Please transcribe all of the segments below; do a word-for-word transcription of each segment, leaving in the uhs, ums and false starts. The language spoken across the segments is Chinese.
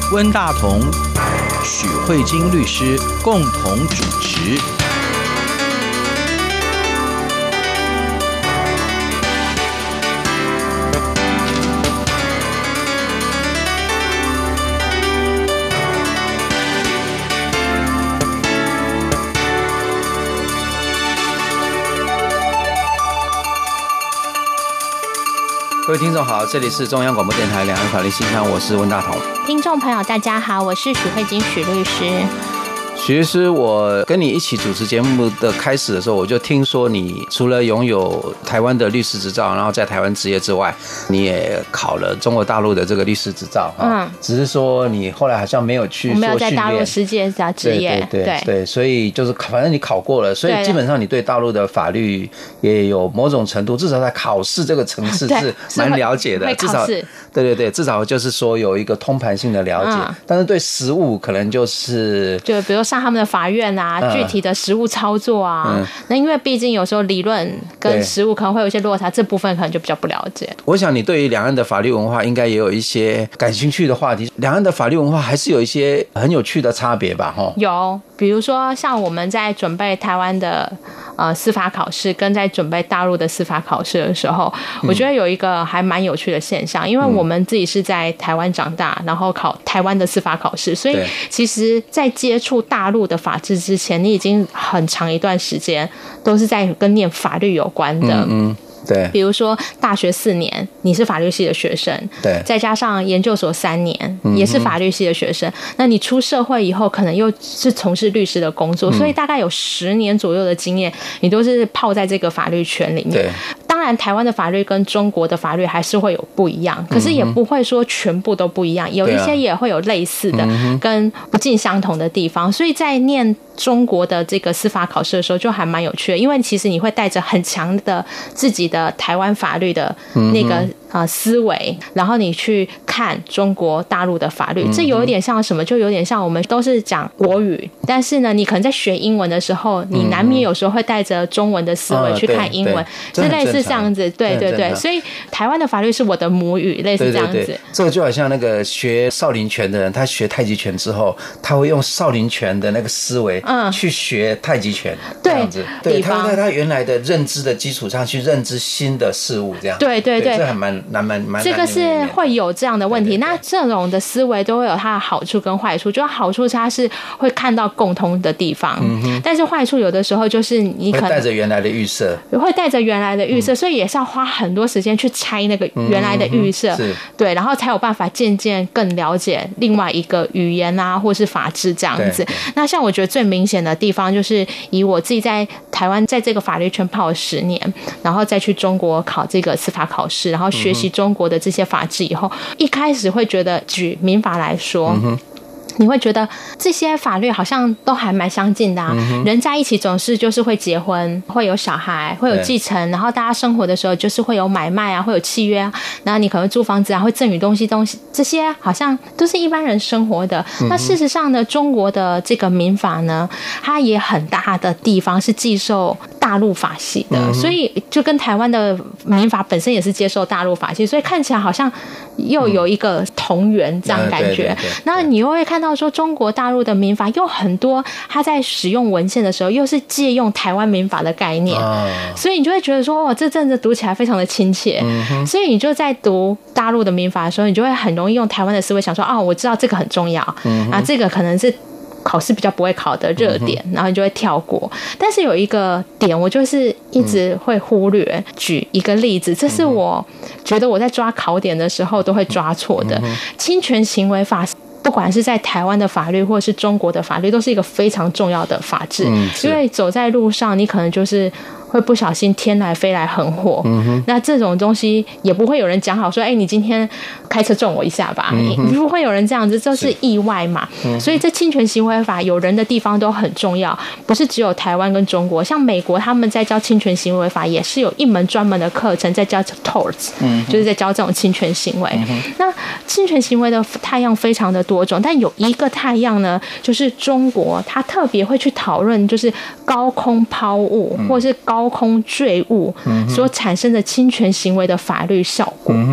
温大同、许慧金律师共同主持。各位听众好，这里是中央广播电台两岸法律信箱，我是温大同。 听众朋友大家好，我是许慧金许律师。 许律师，我跟你一起主持节目的开始的时候，我就听说你除了拥有台湾的律师执照，然后在台湾执业之外，你也考了中国大陆的这个律师执照。嗯，只是说你后来好像没有去做训练， 没有在大陆实际的执业。 对对 对, 对, 对，所以就是反正你考过了，所以基本上你对大陆的法律也有某种程度，至少在考试这个层次是蛮了解的。至少对对对，至少就是说有一个通盘性的了解。嗯、但是对实务可能就是就比如上他们的法院啊，嗯、具体的实务操作啊，嗯、那因为毕竟有时候理论跟实务可能会有一些落差，这部分可能就比较不了解。 我想你对于两岸的法律文化应该也有一些感兴趣的话题。两岸的法律文化还是有一些很有趣的差别吧？哈， 有，比如说像我们在准备台湾的呃司法考试，跟在准备大陆的司法考试的时候，嗯、我觉得有一个还蛮有趣的现象，因为我们自己是在台湾长大，然后考台湾的司法考试，所以其实在接触大陆的法制之前，你已经很长一段时间都是在跟念法律有关的。嗯嗯， 对， 比如说大学四年你是法律系的学生， 对， 再加上研究所三年也是法律系的学生，嗯、那你出社会以后可能又是从事律师的工作，嗯、所以大概有十年左右的经验，你都是泡在这个法律圈里面。对，当然台湾的法律跟中国的法律还是会有不一样，可是也不会说全部都不一样，有一些也会有类似的跟不尽相同的地方，所以在念中国的这个司法考试的时候就还蛮有趣的，因为其实你会带着很强的自己的台湾法律的那个呃思维，然后你去看中国大陆的法律，这有一点像什么？就有点像我们都是讲国语，但是呢，你可能在学英文的时候，你难免有时候会带着中文的思维去看英文，是类似这样子。对对对，所以台湾的法律是我的母语，类似这样子。对对对， 这个就好像那个学少林拳的人，他学太极拳之后，他会用少林拳的那个思维。嗯，去学太极拳，这样子，对，他在他原来的认知的基础上去认知新的事物，这样， 对对 对, 对， 这还蛮蛮蛮蛮， 这个是会有这样的问题。对对对，那这种的思维都会有它的好处跟坏处，就好处是它是会看到共通的地方，嗯、但是坏处有的时候就是你可能会带着原来的预设， 会带着原来的预设，嗯、所以也是要花很多时间去拆那个原来的预设，嗯、对，然后才有办法渐渐更了解另外一个语言啊，或是法治这样子。那像我觉得最明显的地方就是以我自己在台湾在这个法律圈泡了十年，然后再去中国考这个司法考试，然后学习中国的这些法制以后，一开始会觉得举民法来说，嗯你会觉得这些法律好像都还蛮相近的啊，嗯、人在一起总是就是会结婚，会有小孩，会有继承，然后大家生活的时候就是会有买卖啊，会有契约啊，然后你可能租房子啊，会赠与东西东西，这些好像都是一般人生活的。嗯、那事实上呢，中国的这个民法呢，它也很大的地方是寄受大陆法系的，嗯、所以就跟台湾的民法本身也是接受大陆法系，所以看起来好像又有一个同源这样感觉。那你又会看到说中国大陆的民法有很多，他在使用文献的时候又是借用台湾民法的概念，哦、所以你就会觉得说，哦，这阵子读起来非常的亲切。嗯、所以你就在读大陆的民法的时候，你就会很容易用台湾的思维想说，哦，我知道这个很重要，嗯、啊，这个可能是考试比较不会考的热点，然后你就会跳过。但是有一个点我就是一直会忽略，嗯、举一个例子，这是我觉得我在抓考点的时候都会抓错的。嗯、侵权行为法不管是在台湾的法律或者是中国的法律，都是一个非常重要的法制。嗯、因为走在路上你可能就是会不小心天来飞来横祸，嗯、那这种东西也不会有人讲好说，哎，你今天开车撞我一下吧，嗯、你不会有人这样子，这是意外嘛。所以这侵权行为法有人的地方都很重要，不是只有台湾跟中国，像美国他们在教侵权行为法也是有一门专门的课程在教 torts，嗯、就是在教这种侵权行为。嗯、那侵权行为的太阳非常的多种，但有一个太阳呢，就是中国它特别会去讨论就是高空抛物，嗯、或是高空坠物所产生的侵权行为的法律效果。嗯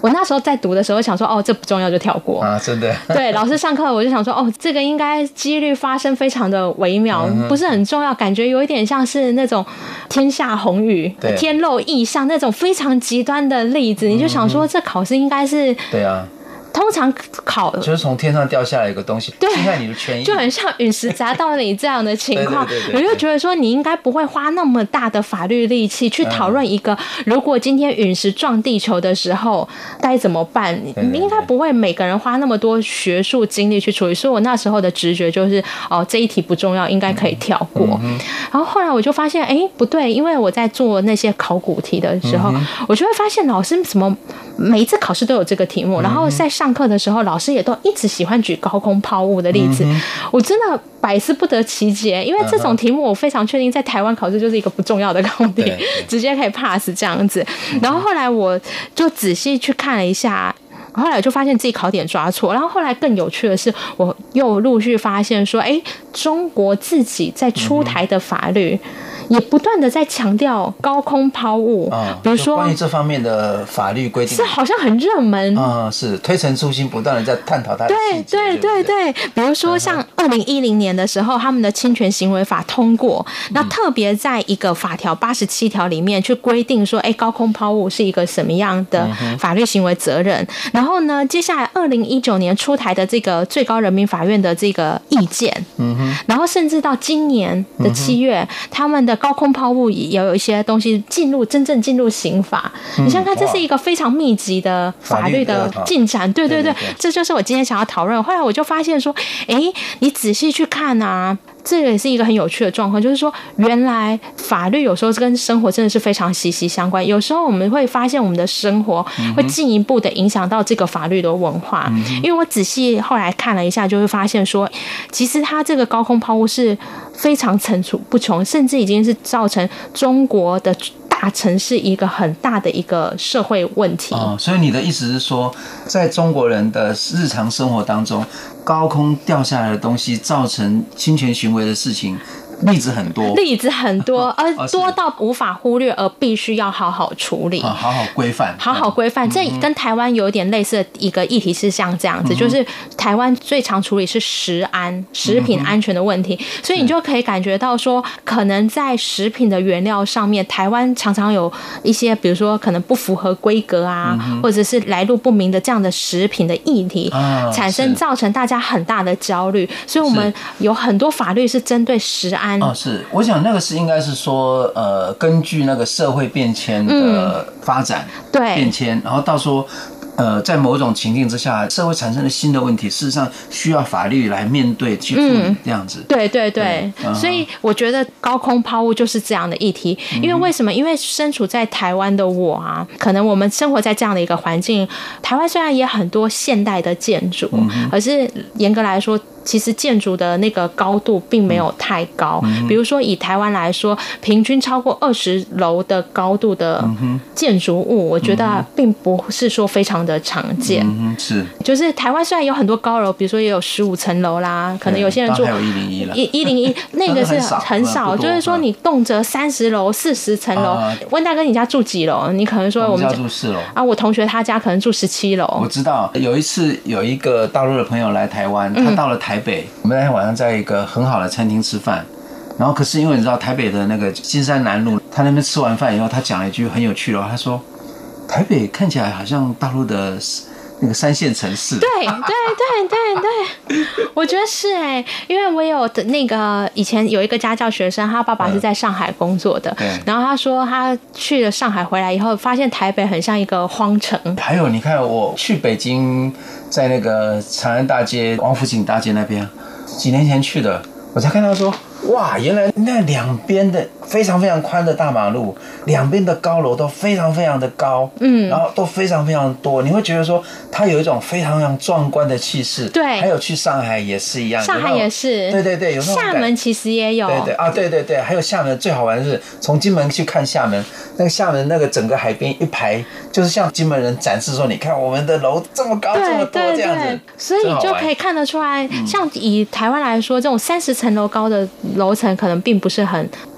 我那时候在读的时候想说，哦，这不重要就跳过啊，真的。 对，老师上课我就想说，哦，这个应该几率发生非常的微妙，嗯、不是很重要，感觉有一点像是那种天下红雨、天漏异象那种非常极端的例子，你就想说，这考试应该是对啊。 通常考就是从天上掉下来一个东西， 对， 侵害你的权益， 就很像陨石砸到你这样的情况。 对对对对对， 我就觉得说，你应该不会花那么大的法律力气去讨论一个，如果今天陨石撞地球的时候该怎么办，对对对，应该不会每个人花那么多学术精力去处理。所以我那时候的直觉就是，哦，这一题不重要，应该可以跳过。嗯、然后后来我就发现，哎，不对，因为我在做那些考古题的时候，嗯、我就会发现老师怎么每一次考试都有这个题目，然后在上课的时候，老师也都一直喜欢举高空抛物的例子，嗯、我真的百思不得其解。因为这种题目，我非常确定在台湾考试就是一个不重要的考题，直接可以 pass 这样子。然后后来我就仔细去看了一下。后来我就发现自己考点抓错，然后后来更有趣的是，我又陆续发现说，哎，中国自己在出台的法律。也不断的在强调高空抛物，嗯、比如说关于这方面的法律规定， 是好像很热门， 嗯，是推陈出新，不断的在探讨它的细节。 对对对对，比如说像二零一零年的时候，他们的侵权行为法通过，嗯、那特别在一个法条八十七条里面去规定说，哎，高空抛物是一个什么样的法律行为责任。嗯、然后呢，接下来二零一九年出台的这个最高人民法院的这个意见，嗯哼，然后甚至到今年的七月，嗯、他们的高空抛物也有一些东西进入真正进入刑法，嗯、你想看，这是一个非常密集的法律的进展。对对 对, 对, 对, 对，这就是我今天想要讨论。后来我就发现说，哎，你仔细去看啊。这也是一个很有趣的状况，就是说，原来法律有时候跟生活真的是非常息息相关。有时候我们会发现，我们的生活会进一步的影响到这个法律的文化。嗯、因为我仔细后来看了一下，就会发现说，其实它这个高空抛物是非常层出不穷，甚至已经是造成中国的大城市一个很大的一个社会问题。 哦，所以你的意思是说，在中国人的日常生活当中，高空掉下来的东西造成侵权行为的事情例子很多， 例子很多，而多到无法忽略，而必须要好好处理， 好好规范， 好好规范。这跟台湾有点类似的一个议题是像这样子，嗯、就是台湾最常处理是食安、食品安全的问题，嗯、所以你就可以感觉到说，可能在食品的原料上面，台湾常常有一些，比如说可能不符合规格啊，嗯、或者是来路不明的这样的食品的议题，啊、产生造成大家很大的焦虑，所以我们有很多法律是针对食安。 哦，是，我想那个是应该是说，呃，根据那个社会变迁的发展，嗯、对变迁，然后到时候。呃，在某种情境之下，社会产生了新的问题，事实上需要法律来面对去处理，这样子。嗯、对对对，对所以我觉得高空抛物就是这样的议题。因为为什么？因为身处在台湾的我啊，可能我们生活在这样的一个环境。台湾虽然也很多现代的建筑，嗯、可是严格来说，其实建筑的那个高度并没有太高。嗯、比如说以台湾来说，平均超过二十楼的高度的建筑物，我觉得并不是说非常的常见。 嗯、是， 就是台湾虽然有很多高楼，比如说也有十五层楼啦，可能有些人住还有一零一了， 一一零一那个是很少，就是说你动辄三十楼、四十层楼。温大哥，你家住几楼？你可能说我们家住四楼啊，我同学他家可能住十七楼。 我知道有一次有一个大陆的朋友来台湾，他到了台北，嗯、我们那天晚上在一个很好的餐厅吃饭。然后可是因为你知道台北的那个金山南路，他那边吃完饭以后，他讲了一句很有趣的话，他说台北看起来好像大陆的那个三线城市。 对对对对对，我觉得是哎、欸，因为我有的那个以前有一个家教学生，他爸爸是在上海工作的，嗯、然后他说他去了上海回来以后，发现台北很像一个荒城。 还有你看我去北京，在那个长安大街、王府井大街那边，几年前去的，我才看到说。哇，原来那两边的非常非常宽的大马路，两边的高楼都非常非常的高，嗯，然后都非常非常多，你会觉得说它有一种非常非常壮观的气势。 对， 还有去上海也是一样， 上海也是， 对对对，有那种厦门其实也有， 对对啊，对对对，还有厦门最好玩的是从金门去看厦门，那个厦门那个整个海边一排，就是像金门人展示说，你看我们的楼这么高这么多这样子， 所以就可以看得出来，像以台湾来说，这种三十层楼高的楼层可能并不是很多，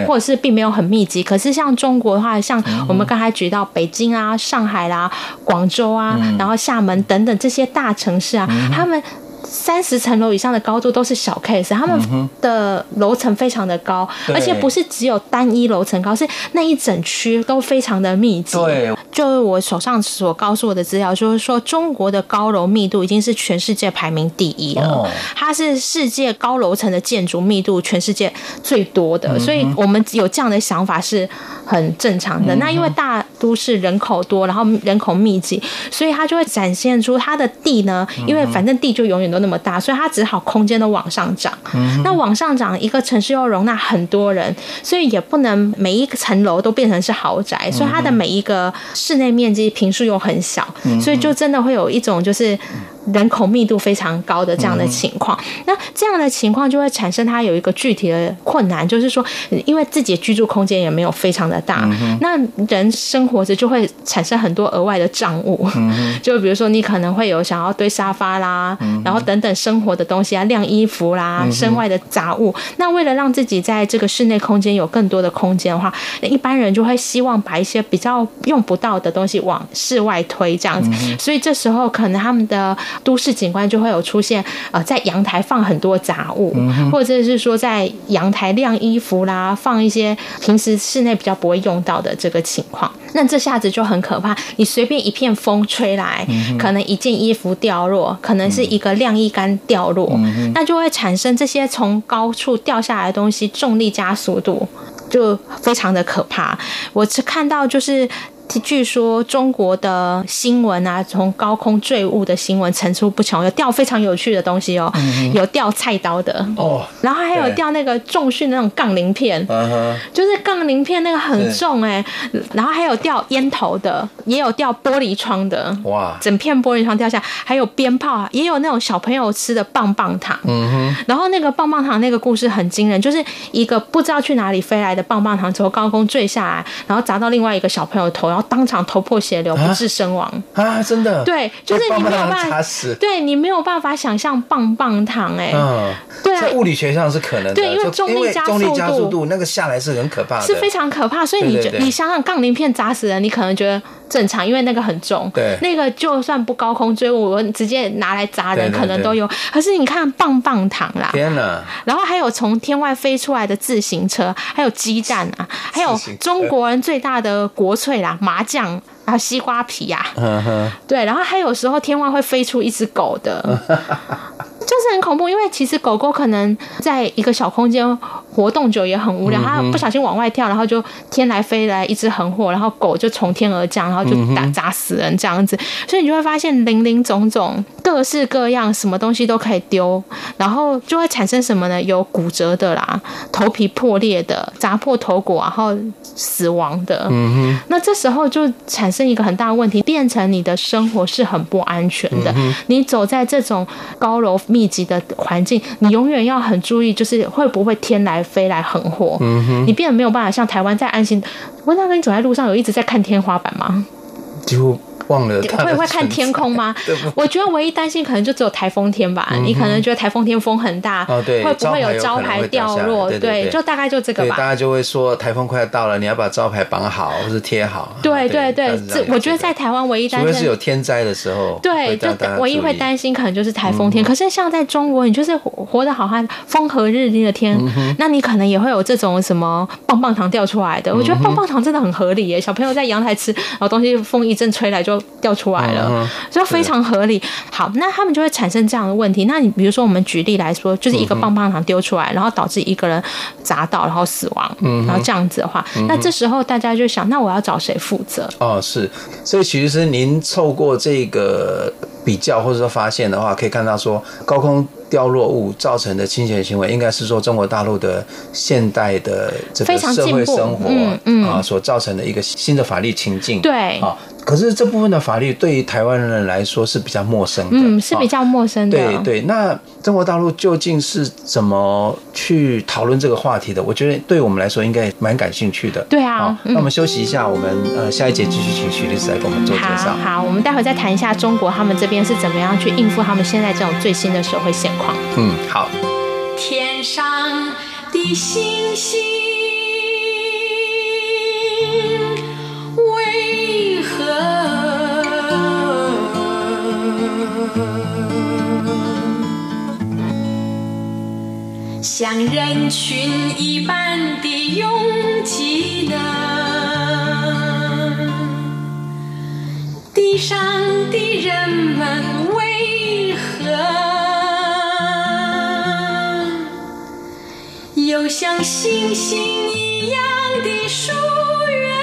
或者是并没有很密集。可是像中国的话，像我们刚才举到北京啊、上海啦、广州啊，嗯、然后厦门等等这些大城市啊，嗯、他们三十层楼以上的高度都是小 case， 他们的楼层非常的高，而且不是只有单一楼层高，是那一整区都非常的密集。对，就是我手上所告诉我的资料，就是说中国的高楼密度已经是全世界排名第一了，哦、它是世界高楼层的建筑密度全世界最多的，嗯、所以我们有这样的想法是很正常的。嗯、那因为大都市人口多，然后人口密集，所以它就会展现出它的地呢，因为反正地就永远都那么大，所以它只好空间都往上涨。嗯、那往上涨，一个城市又容纳很多人，所以也不能每一层楼都变成是豪宅，所以它的每一个室内面积坪数又很小，嗯、所以就真的会有一种就是人口密度非常高的这样的情况。嗯、那这样的情况就会产生它有一个具体的困难，就是说因为自己的居住空间也没有非常的大，嗯、那人生活着就会产生很多额外的账务，嗯、就比如说你可能会有想要堆沙发啦，嗯、然后等等生活的东西啊，晾衣服啦，嗯、身外的杂物。那为了让自己在这个室内空间有更多的空间的话，一般人就会希望把一些比较用不到的东西往室外推这样子，嗯、所以这时候可能他们的都市景观就会有出现呃，在阳台放很多杂物，嗯、或者是说在阳台晾衣服啦，放一些平时室内比较不会用到的这个情况。那这下子就很可怕，你随便一片风吹来，嗯、可能一件衣服掉落，可能是一个晾衣杆掉落，嗯、那就会产生这些从高处掉下来的东西重力加速度，就非常的可怕。我是看到就是据说中国的新闻啊，从高空坠物的新闻层出不穷，有掉非常有趣的东西哦，嗯、有掉菜刀的哦，然后还有掉那个重训的那种杠铃片，就是杠铃片那个很重哎，然后还有掉烟头的，也有掉玻璃窗的，哇，整片玻璃窗掉下，还有鞭炮，也有那种小朋友吃的棒棒糖，嗯、然后那个棒棒糖那个故事很惊人，就是一个不知道去哪里飞来的棒棒糖从高空坠下来，然后砸到另外一个小朋友的头，然后当场头破血流，不治身亡啊！真的， 对，就是你没有办法，对你没有办法想象棒棒糖哎、欸，嗯，对啊， 在物理学上是可能的， 对，因为重力加速度， 重力加速度那个下来是很可怕的， 是非常可怕。所以你对对对你想想杠铃片砸死人，你可能觉得正常，因为那个很重，对，那个就算不高空坠物，我直接拿来砸人，对对对可能都有。可是你看棒棒糖啦，天哪！然后还有从天外飞出来的自行车，还有基站啊，还有中国人最大的国粹啦，麻将。还有西瓜皮呀、啊，对，然后还有时候天外会飞出一只狗的，就是很恐怖。因为其实狗狗可能在一个小空间活动久也很无聊，它不小心往外跳，然后就天来飞来一只横祸，然后狗就从天而降，然后就打砸死人这样子。所以你就会发现林林总总、各式各样，什么东西都可以丢，然后就会产生什么呢？有骨折的啦，头皮破裂的，砸破头骨，然后死亡的。嗯、那这时候就产生一个很大的问题，变成你的生活是很不安全的。嗯、你走在这种高楼密集的环境，你永远要很注意，就是会不会天来飞来横祸。嗯、你变得没有办法像台湾在安心。我那跟你走在路上有一直在看天花板吗？ 几乎忘了会会看天空吗？我觉得唯一担心可能就只有台风天吧。嗯、你可能觉得台风天风很大，哦、对会不会有招牌掉落？对, 对, 对, 对，就大概就这个吧。 大家就会说台风快要到了，你要把招牌绑好或是贴好。 对对对，这我觉得在台湾唯一担心， 除非是有天灾的时候， 对，就唯一会担心可能就是台风天。嗯、可是像在中国，你就是活得好好风和日丽的天，嗯、那你可能也会有这种什么棒棒糖掉出来的。我觉得棒棒糖真的很合理耶，小朋友在阳台吃，然后东西风一阵吹来就掉出来了。嗯、就非常合理。好，那他们就会产生这样的问题。那你比如说，我们举例来说，就是一个棒棒糖丢出来，然后导致一个人砸到，然后死亡，嗯、然后这样子的话，嗯、那这时候大家就想，那我要找谁负责？ 哦，是。所以其实您透过这个比较或者说发现的话，可以看到说高空掉落物造成的侵权行为，应该是说中国大陆的现代的这个社会生活、嗯嗯、啊所造成的一个新的法律情境。 对啊。 可是这部分的法律对于台湾人来说是比较陌生的， 嗯，是比较陌生的。 对对，那中国大陆究竟是怎么去讨论这个话题的？我觉得对我们来说应该蛮感兴趣的。 对啊， 那我们休息一下，我们呃下一节继续请许律师来给我们做介绍。 好，好，我们待会再谈一下中国他们这边是怎么样去应付他们现在这种最新的社会现况。 嗯，好。 天上的星星为何像人群一般的拥挤呢？地上的人们为何又像星星一样的疏远？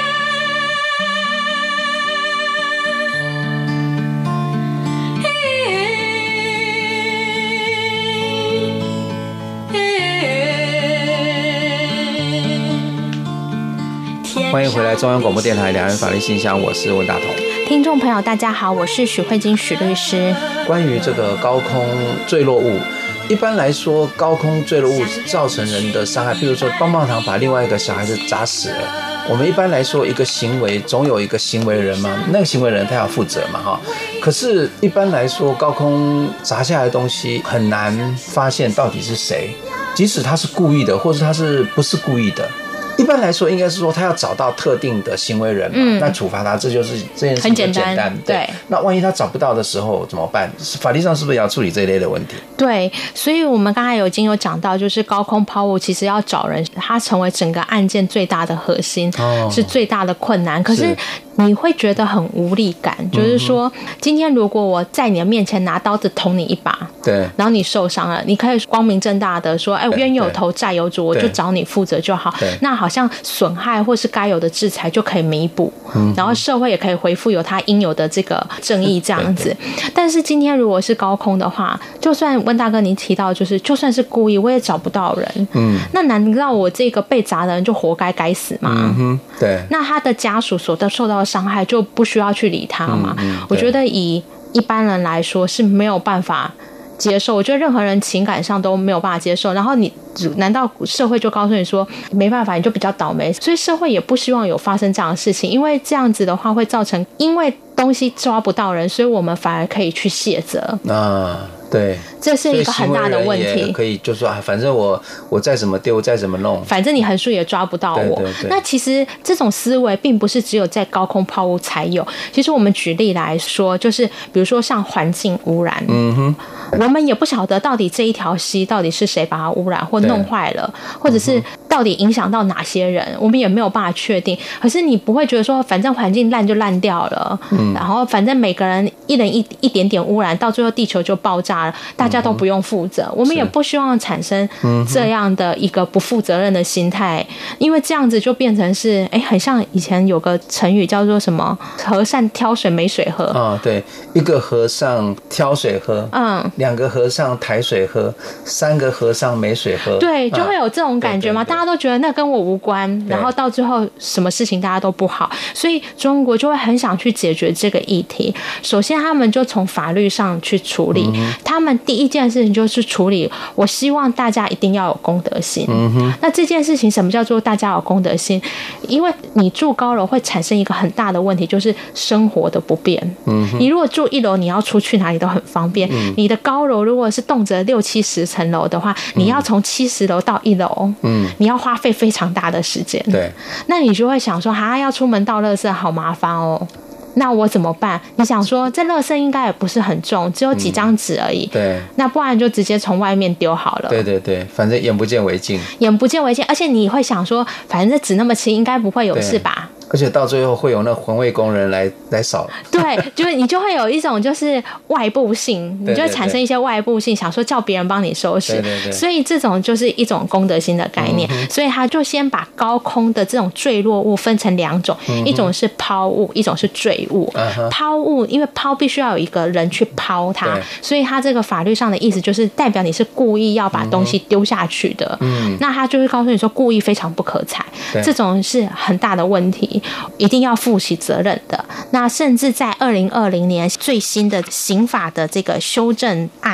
欢迎回来中央广播电台两岸法律信箱，我是温大同。 听众朋友大家好，我是许慧金许律师。 关于这个高空坠落物，一般来说高空坠落物造成人的伤害，譬如说棒棒糖把另外一个小孩子砸死了，我们一般来说一个行为总有一个行为人嘛，那个行为人他要负责嘛哈。可是一般来说高空砸下来的东西很难发现到底是谁，即使他是故意的或者他是不是故意的，一般来说应该是说他要找到特定的行为人嘛，嗯、那处罚他，这就是这件事情很简单。简单对, 对，那万一他找不到的时候怎么办？法律上是不是也要处理这一类的问题？ 对，所以我们刚才有已经有讲到，就是高空抛物其实要找人，它成为整个案件最大的核心，哦、是最大的困难。可是你会觉得很无力感，就是说，今天如果我在你的面前拿刀子捅你一把， 对， 然后你受伤了，你可以光明正大的说，哎，冤有头债有主，我就找你负责就好。那好像损害或是该有的制裁就可以弥补，嗯、然后社会也可以恢复有它应有的这个正义这样子。对对，但是今天如果是高空的话，就算温大哥你提到，就是就算是故意，我也找不到人。嗯，那难道我这个被砸的人就活该该死吗？ 嗯哼，对。 那他的家属所受到的伤害就不需要去理他嘛？嗯嗯、我觉得以一般人来说是没有办法接受，我觉得任何人情感上都没有办法接受。然后你难道社会就告诉你说没办法，你就比较倒霉？所以社会也不希望有发生这样的事情，因为这样子的话会造成，因为东西抓不到人，所以我们反而可以去卸责。 啊，对， 这是一个很大的问题。 可以就说啊，反正我我再怎么丢，再怎么弄， 反正你横竖也抓不到我。 对对对， 那其实这种思维并不是只有在高空抛物才有。其实我们举例来说，就是比如说像环境污染，嗯哼，我们也不晓得到底这一条溪到底是谁把它污染或弄坏了，或者是到底影响到哪些人，我们也没有办法确定。可是你不会觉得说，反正环境烂就烂掉了，嗯，然后反正每个人一人一一点点污染，到最后地球就爆炸了，大家都不用负责。嗯、我们也不希望产生这样的一个不负责任的心态，因为这样子就变成是，哎，很像以前有个成语叫做什么“和尚挑水没水喝”。 啊，对，一个和尚挑水喝，嗯，两个和尚抬水喝，三个和尚没水喝。 对，就会有这种感觉嘛，啊、大家都觉得那跟我无关，然后到最后什么事情大家都不好，所以中国就会很想去解决这个议题。首先，他们就从法律上去处理，嗯、他们第一件事情就是处理，我希望大家一定要有公德心。嗯哼，那这件事情什么叫做大家有公德心？因为你住高楼会产生一个很大的问题，就是生活的不便。嗯哼，你如果住一楼，你要出去哪里都很方便。嗯、你的高楼如果是动辄六七十层楼的话，你要从七十楼到一楼，嗯，你要花费非常大的时间。 对， 那你就会想说，哈，要出门倒垃圾好麻烦哦。那我怎么办？你想说这垃圾应该也不是很重，只有几张纸而已。嗯、对，那不然就直接从外面丢好了。 对对对，反正眼不见为净。 眼不见为净，而且你会想说，反正这纸那么轻，应该不会有事吧？ 而且到最后会有那环卫工人来来扫。 对，就是你就会有一种就是外部性，你就会产生一些外部性，想说叫别人帮你收拾。 对对对。 所以这种就是一种公德心的概念。嗯、所以他就先把高空的这种坠落物分成两种，嗯、一种是抛物，一种是坠物。嗯、抛物，因为抛必须要有一个人去抛它，所以他这个法律上的意思就是代表你是故意要把东西丢下去的。嗯。那他就是告诉你说，故意非常不可采，这种是很大的问题。一定要负起责任的。那甚至在二零二零年最新的刑法的这个修正案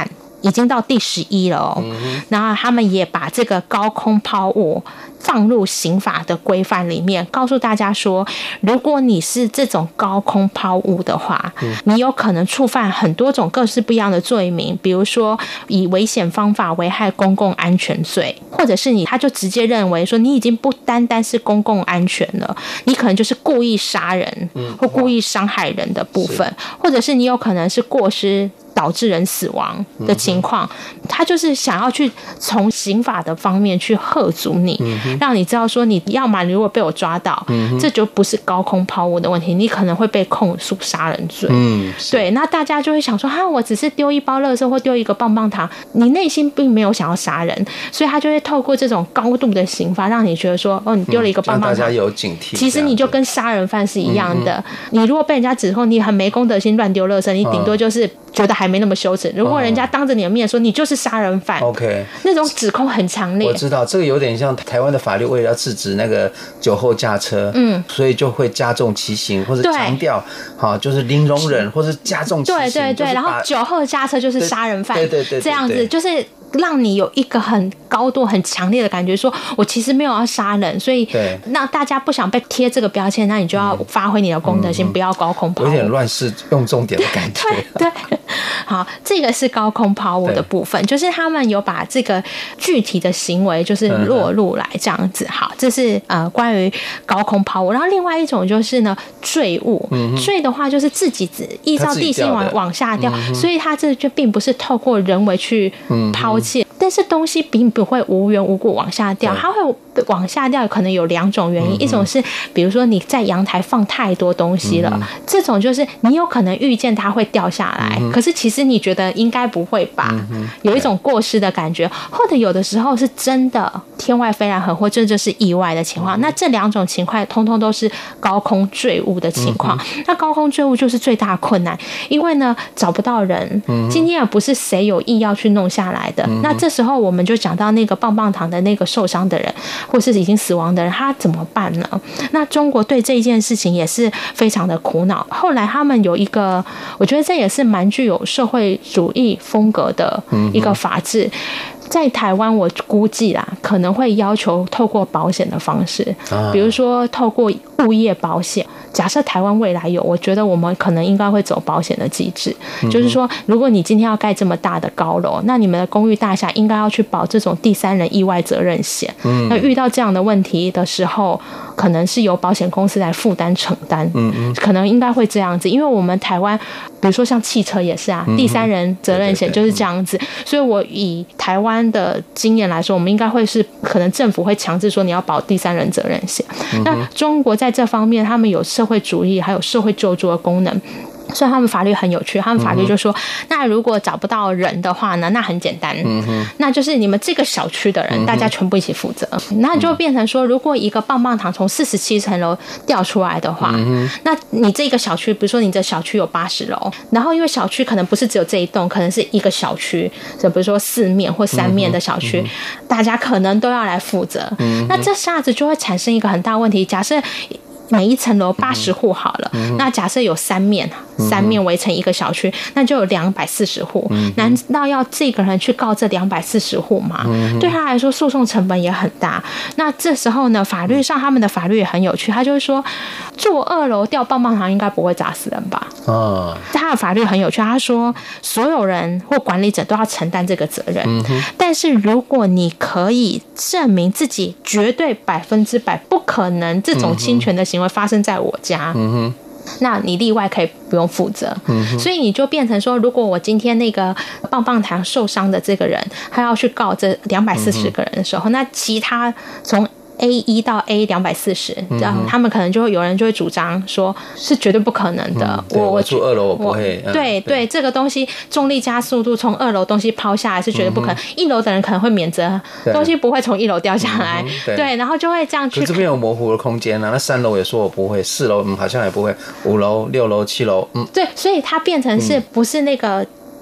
已经到第十一了哦。嗯、然后他们也把这个高空抛物放入刑法的规范里面，告诉大家说，如果你是这种高空抛物的话，嗯、你有可能触犯很多种各式不一样的罪名，比如说以危险方法危害公共安全罪，或者是你他就直接认为说你已经不单单是公共安全了，你可能就是故意杀人或故意伤害人的部分，或者是你有可能是过失导致人死亡的情况，他就是想要去从刑法的方面去嚇阻你，嗯、让你知道说，你要嘛，你如果被我抓到，嗯、这就不是高空抛物的问题，你可能会被控诉杀人罪。嗯，对，那大家就会想说，哈，我只是丢一包垃圾或丢一个棒棒糖，你内心并没有想要杀人，所以他就会透过这种高度的刑罚，让你觉得说，哦，你丢了一个棒棒糖， 嗯、大家有警惕， 其实你就跟杀人犯是一样的。嗯、你如果被人家指控你很没公德心乱丢垃圾，你顶多就是觉得还没那么羞耻。如果人家当着你的面说你就是杀人犯 ，OK， 那种指控很强烈。 我知道这个有点像台湾的法律为了要制止那个酒后驾车，嗯，所以就会加重其刑，或者强调，好，就是零容忍，或者加重其刑。 对对对，然后酒后驾车就是杀人犯， 对对 对, 对, 对， 这样子就是。让你有一个很高度很强烈的感觉，说我其实没有要杀人，所以那大家不想被贴这个标签，那你就要发挥你的公德心，嗯、不要高空抛物， 有点乱世用重点的感觉。 对，对好，这个是高空抛物的部分，就是他们有把这个具体的行为就是落入来这样子。好，这是呃关于高空抛物，然后另外一种就是呢坠物，嗯、坠的话就是自己依照地心往往下掉，嗯、所以它这就并不是透过人为去抛。嗯但是东西并不会无缘无故往下掉，它会往下掉，可能有两种原因，嗯、一种是比如说你在阳台放太多东西了，嗯、这种就是你有可能预见它会掉下来，嗯、可是其实你觉得应该不会吧，嗯、有一种过失的感觉，或者有的时候是真的天外飞来横祸，这就是意外的情况。嗯、那这两种情况通通都是高空坠物的情况。嗯、那高空坠物就是最大的困难，因为呢找不到人，嗯、今天也不是谁有意要去弄下来的，嗯、那这时候我们就讲到那个棒棒糖的那个受伤的人，或是已经死亡的人，他怎么办呢？那中国对这一件事情也是非常的苦恼。后来他们有一个，我觉得这也是蛮具有社会主义风格的一个法制。在台湾我估计啦，可能会要求透过保险的方式，比如说透过物业保险。假设台湾未来有，我觉得我们可能应该会走保险的机制，嗯、就是说，如果你今天要盖这么大的高楼，那你们的公寓大厦应该要去保这种第三人意外责任险。嗯、那遇到这样的问题的时候，可能是由保险公司来负担承担。嗯嗯，可能应该会这样子，因为我们台湾，比如说像汽车也是啊，嗯、第三人责任险就是这样子。对对对，所以我以台湾的经验来说，我们应该会是可能政府会强制说你要保第三人责任险。嗯、那中国在这方面，他们有社会主义还有社会救助的功能。所以他们法律很有趣，他们法律就说，嗯、那如果找不到人的话呢，那很简单，嗯、那就是你们这个小区的人，嗯、大家全部一起负责。那就变成说，如果一个棒棒糖从四十七层楼掉出来的话，嗯、那你这个小区，比如说你这小区有八十楼，然后因为小区可能不是只有这一栋，可能是一个小区，就比如说四面或三面的小区，嗯、大家可能都要来负责。嗯、那这下子就会产生一个很大问题，假设每一层楼八十户好了，嗯、那假设有三面，嗯、三面围成一个小区，那就有两百四十户。嗯、难道要这个人去告这两百四十户吗？嗯、对他来说，诉讼成本也很大。那这时候呢，法律上他们的法律也很有趣，他就会说，住二楼掉棒棒糖应该不会砸死人吧？哦，他的法律很有趣，他说所有人或管理者都要承担这个责任。嗯、但是如果你可以证明自己绝对百分之百不可能这种侵权的行为发生在我家，嗯哼，那你例外可以不用负责。嗯、所以你就变成说，如果我今天那个棒棒糖受伤的这个人，他要去告这两百四十个人的时候，嗯、那其他从A 一到 A 两百四十，这样他们可能就会有人就会主张说是绝对不可能的。 嗯、我我住二楼我不会。 我对、嗯、对, 对，这个东西重力加速度从二楼东西抛下来是绝对不可能。嗯、一楼的人可能会免责，东西不会从一楼掉下来。嗯、对, 对，然后就会这样去。 可这边有模糊的空间啊。那三楼也说我不会，四楼嗯好像也不会，五楼、六楼、七楼嗯。 对，所以它变成是不是那个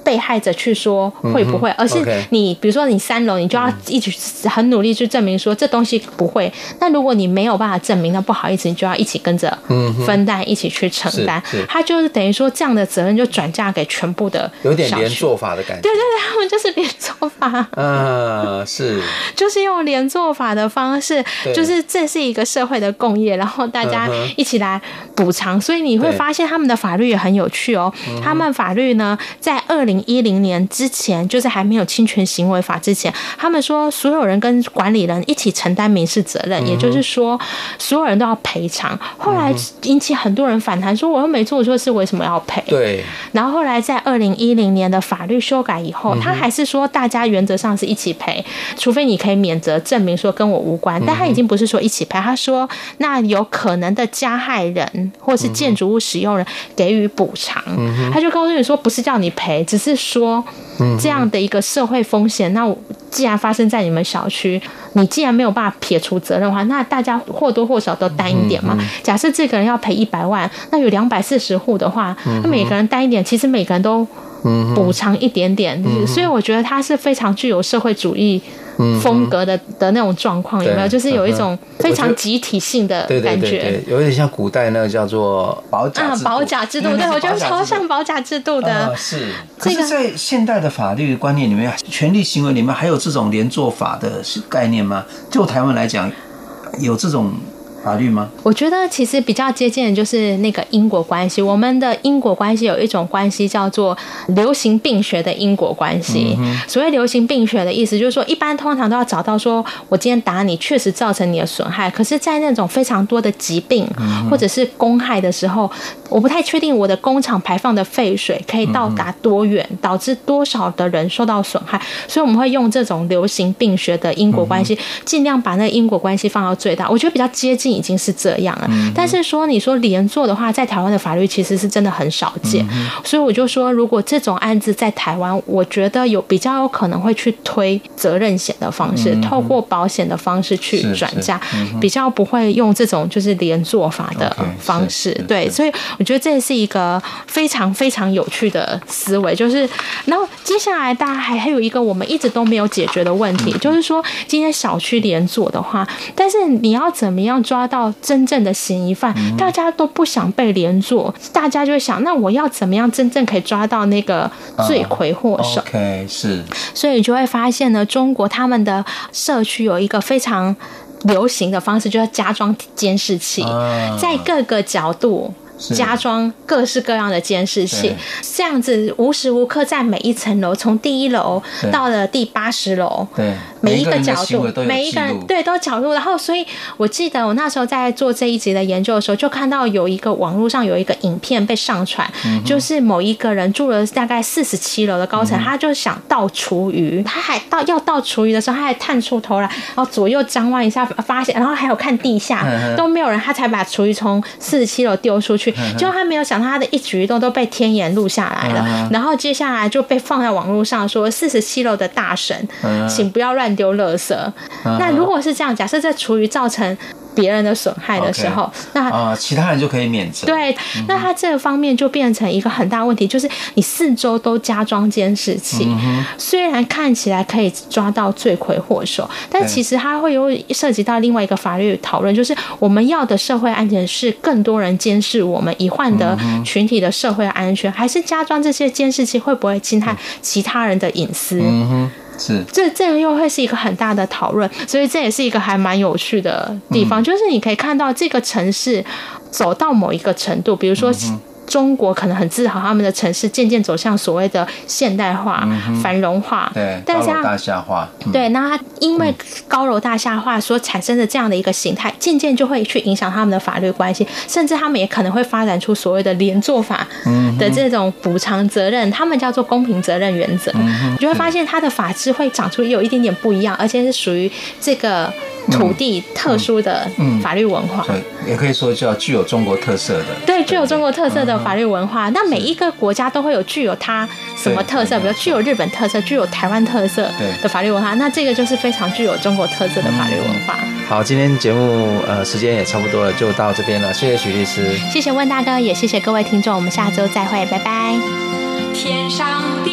被害者去说会不会，而是你比如说你三楼，你就要一直很努力去证明说这东西不会。那如果你没有办法证明，那不好意思，你就要一起跟着分担，一起去承担。他就是等于说这样的责任就转嫁给全部的小区， 有点连坐法的感觉。 对对对，他们就是连坐法。 嗯，是， 就是用连坐法的方式，就是这是一个社会的共业，然后大家一起来补偿。所以你会发现他们的法律也很有趣哦。他们法律呢，在二零一零年之前，就是还没有侵权行为法之前，他们说所有人跟管理人一起承担民事责任，也就是说所有人都要赔偿。后来引起很多人反弹，说我又没做错事，为什么要赔？ 对。 然后后来在二零一零年的法律修改以后，他还是说大家原则上是一起赔，除非你可以免责证明说跟我无关，但他已经不是说一起赔，他说那有可能的加害人或是建筑物使用人给予补偿。他就告诉你说不是叫你赔，只是说这样的一个社会风险，那既然发生在你们小区，你既然没有办法撇除责任的话，那大家或多或少都担一点嘛。假设这个人要赔一百万，那有两百四十户的话，那每个人担一点，其实每个人都补偿一点点。所以我觉得他是非常具有社会主义风格的的那种状况，有没有？就是有一种非常集体性的感觉， 对对对对，有点像古代那个叫做保甲制度。啊， 保甲制度，对，我觉得超像保甲制度的。 呃、是，可是，在现代的法律观念里面，权利行为里面还有这种连坐法的概念吗？就台湾来讲，有这种法律吗？ 我觉得其实比较接近的就是那个因果关系。我们的因果关系有一种关系叫做流行病学的因果关系。嗯、所谓流行病学的意思就是说，一般通常都要找到说我今天打你确实造成你的损害，可是在那种非常多的疾病或者是公害的时候，我不太确定我的工厂排放的废水可以到达多远，导致多少的人受到损害，所以我们会用这种流行病学的因果关系，尽量把那个因果关系放到最大。我觉得比较接近已经是这样了，但是说你说连坐的话，在台湾的法律其实是真的很少见，所以我就说，如果这种案子在台湾，我觉得有比较有可能会去推责任险的方式，透过保险的方式去转嫁，比较不会用这种就是连坐法的方式。对，所以我觉得这是一个非常非常有趣的思维。就是，然后接下来大家还还有一个我们一直都没有解决的问题，就是说今天小区连坐的话，但是你要怎么样抓到真正的嫌疑犯？大家都不想被连坐，大家就会想，那我要怎么样真正可以抓到那个罪魁祸首？ uh, OK， 是， 所以你就会发现呢，中国他们的社区有一个非常流行的方式，就是加装监视器， uh, 在各个角度加装各式各样的监视器，这样子无时无刻在每一层楼，从第一楼到了第八十楼，对，每一个角度，每一个人对都角度。然后，所以我记得我那时候在做这一集的研究的时候，就看到有一个网络上有一个影片被上传，嗯、就是某一个人住了大概四十七楼的高层，嗯、他就想倒厨余，他还到要倒厨余的时候，他还探出头来，然后左右张望一下，发现，然后还有看地下、嗯、都没有人，他才把厨余从四十七楼丢出去。结果他没有想到他的一举一动都被天眼录下来了，嗯、然后接下来就被放在网络上说四十七楼的大神，嗯、请不要乱丢垃圾。嗯、那如果是这样，假设这厨余造成别人的损害的时候， okay, 那、 呃、其他人就可以免责。 对，嗯、那他这个方面就变成一个很大问题，就是你四周都加装监视器，嗯、虽然看起来可以抓到罪魁祸首，但其实它会有涉及到另外一个法律讨论，就是我们要的社会安全是更多人监视我们已患得群体的社会安全，嗯、还是加装这些监视器会不会侵害其他人的隐私？嗯哼，是，这这又会是一个很大的讨论，所以这也是一个还蛮有趣的地方，嗯、就是你可以看到这个城市走到某一个程度，比如说。嗯中国可能很自豪，他们的城市渐渐走向所谓的现代化、嗯、繁荣化， 对，高楼大厦化。 嗯、对，那它因为高楼大厦化所产生的这样的一个形态，渐渐就会去影响他们的法律关系，甚至他们也可能会发展出所谓的连坐法的这种补偿责任，他们叫做公平责任原则。嗯、你就会发现它的法制会长出有一点点不一样，而且是属于这个土地特殊的法律文化， 嗯嗯嗯、也可以说叫具有中国特色的， 对，具有中国特色的法律文化。那每一个国家都会有具有它什么特色，比如具有日本特色，具有台湾特色的法律文化，那这个就是非常具有中国特色的法律文化。 嗯、好，今天节目呃时间也差不多了，就到这边了，谢谢许律师， 谢谢温大哥，也谢谢各位听众，我们下周再会，拜拜。 天上的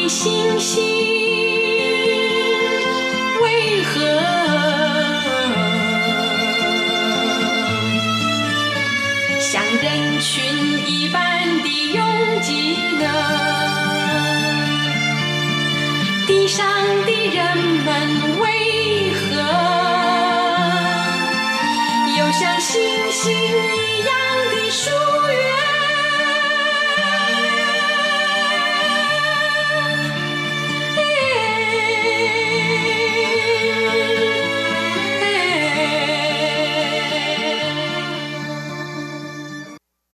星星为何像人群一般的拥挤呢？地上的人们为何又像星星一样的疏远？